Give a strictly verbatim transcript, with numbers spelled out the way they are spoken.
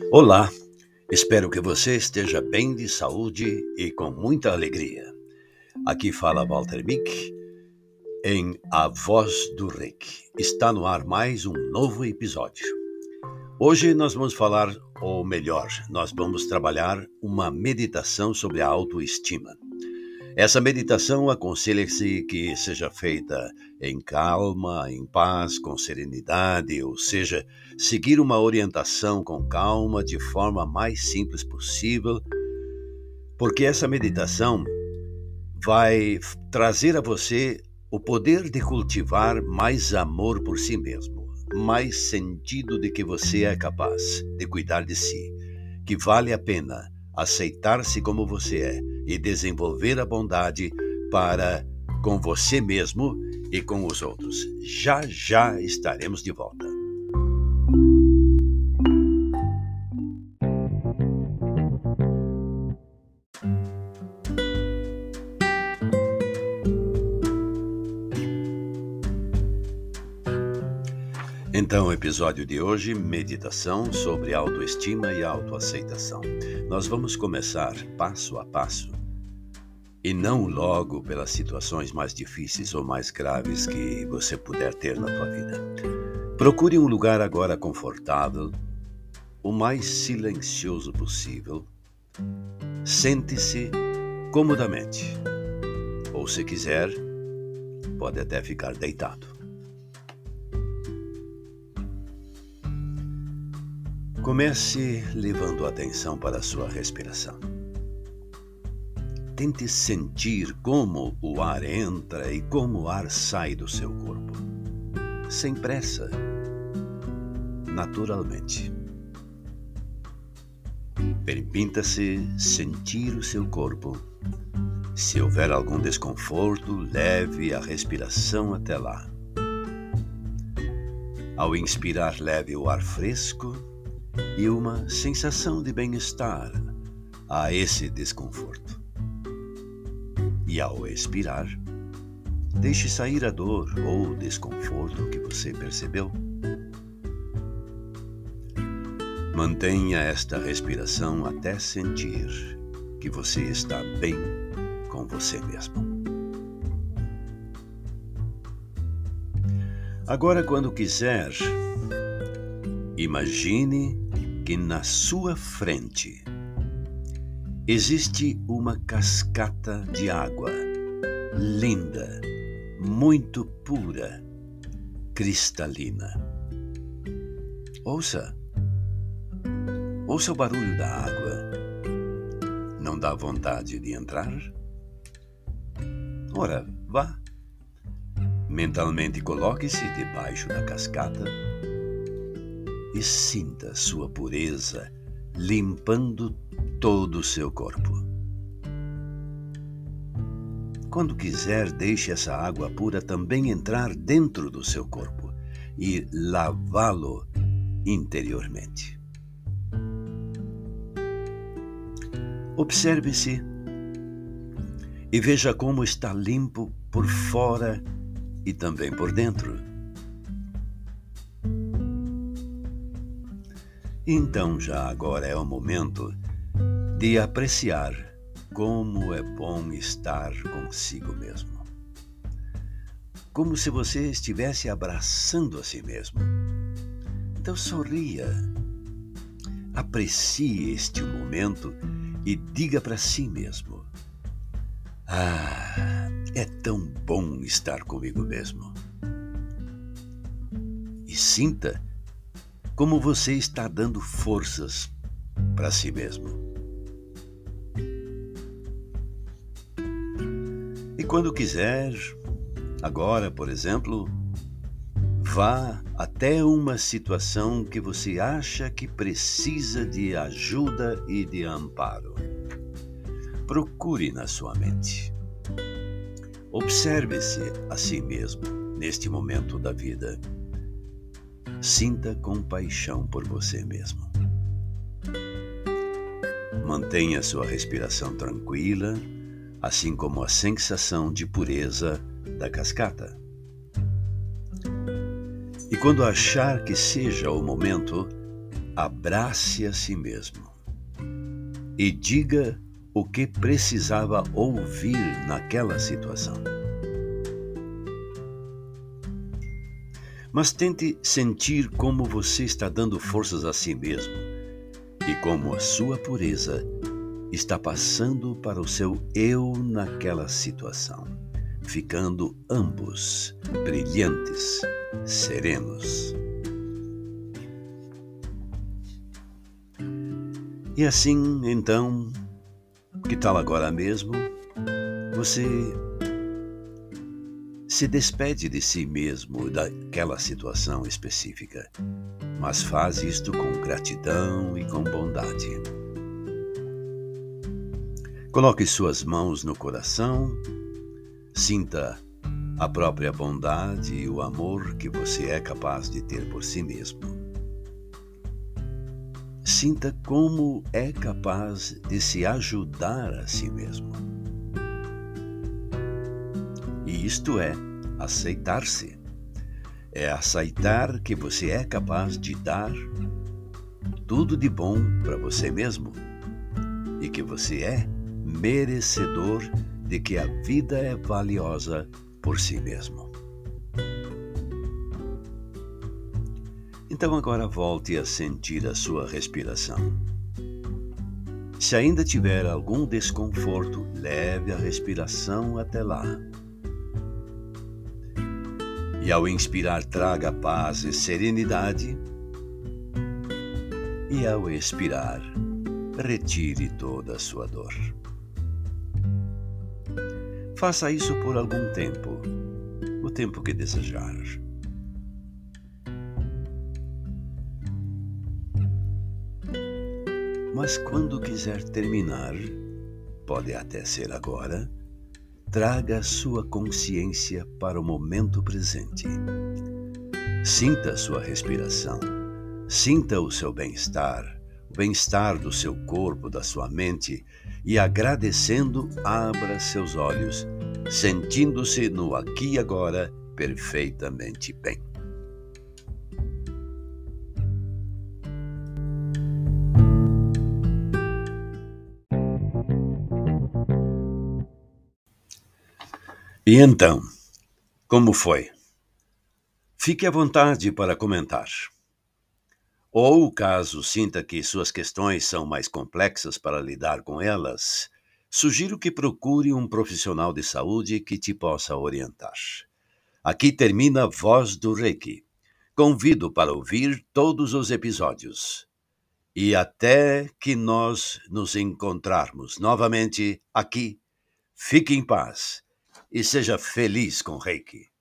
Olá, espero que você esteja bem de saúde e com muita alegria. Aqui fala Walter Mick em A Voz do Reiki. Está no ar mais um novo episódio. Hoje nós vamos falar, ou melhor, nós vamos trabalhar uma meditação sobre a autoestima. Essa meditação aconselha-se que seja feita em calma, em paz, com serenidade, ou seja, seguir uma orientação com calma, de forma mais simples possível, porque essa meditação vai trazer a você o poder de cultivar mais amor por si mesmo, mais sentido de que você é capaz de cuidar de si, que vale a pena aceitar-se como você é e desenvolver a bondade para com você mesmo e com os outros. Já, já estaremos de volta. Então, o episódio de hoje, meditação sobre autoestima e autoaceitação. Nós vamos começar passo a passo e não logo pelas situações mais difíceis ou mais graves que você puder ter na tua vida. Procure um lugar agora confortável, o mais silencioso possível. Sente-se comodamente, ou se quiser, pode até ficar deitado. Comece levando a atenção para a sua respiração. Tente sentir como o ar entra e como o ar sai do seu corpo. Sem pressa, naturalmente. Permita-se sentir o seu corpo. Se houver algum desconforto, leve a respiração até lá. Ao inspirar, leve o ar fresco e uma sensação de bem-estar a esse desconforto. E ao expirar, deixe sair a dor ou desconforto que você percebeu. Mantenha esta respiração até sentir que você está bem com você mesmo. Agora, quando quiser, imagine que na sua frente existe uma cascata de água linda, muito pura, cristalina. Ouça, ouça o barulho da água. Não dá vontade de entrar? Ora, vá. Mentalmente coloque-se debaixo da cascata e sinta sua pureza limpando todo o seu corpo. Quando quiser, deixe essa água pura também entrar dentro do seu corpo e lavá-lo interiormente. Observe-se e veja como está limpo por fora e também por dentro. Então, já agora é o momento de apreciar como é bom estar consigo mesmo. Como se você estivesse abraçando a si mesmo. Então, sorria. Aprecie este momento e diga para si mesmo: ah, é tão bom estar comigo mesmo. E sinta como você está dando forças para si mesmo. E quando quiser, agora, por exemplo, vá até uma situação que você acha que precisa de ajuda e de amparo. Procure na sua mente. Observe-se a si mesmo neste momento da vida. Sinta compaixão por você mesmo. Mantenha sua respiração tranquila, assim como a sensação de pureza da cascata. E quando achar que seja o momento, abrace a si mesmo e diga o que precisava ouvir naquela situação. Mas tente sentir como você está dando forças a si mesmo e como a sua pureza está passando para o seu eu naquela situação, ficando ambos brilhantes, serenos. E assim, então, que tal agora mesmo, você se despede de si mesmo daquela situação específica, mas faz isto com gratidão e com bondade. Coloque suas mãos no coração, sinta a própria bondade e o amor que você é capaz de ter por si mesmo. Sinta como é capaz de se ajudar a si mesmo. E isto é aceitar-se. É aceitar que você é capaz de dar tudo de bom para você mesmo e que você é merecedor de que a vida é valiosa por si mesmo. Então agora volte a sentir a sua respiração. Se ainda tiver algum desconforto, leve a respiração até lá. E ao inspirar, traga paz e serenidade. E ao expirar, retire toda a sua dor. Faça isso por algum tempo, o tempo que desejar. Mas quando quiser terminar, pode até ser agora, traga sua consciência para o momento presente. Sinta a sua respiração, sinta o seu bem-estar, o bem-estar do seu corpo, da sua mente, e agradecendo, abra seus olhos, sentindo-se no aqui e agora perfeitamente bem. E então, como foi? Fique à vontade para comentar. Ou, caso sinta que suas questões são mais complexas para lidar com elas, sugiro que procure um profissional de saúde que te possa orientar. Aqui termina a Voz do Reiki. Convido para ouvir todos os episódios. E até que nós nos encontrarmos novamente aqui, fique em paz e seja feliz com Reiki.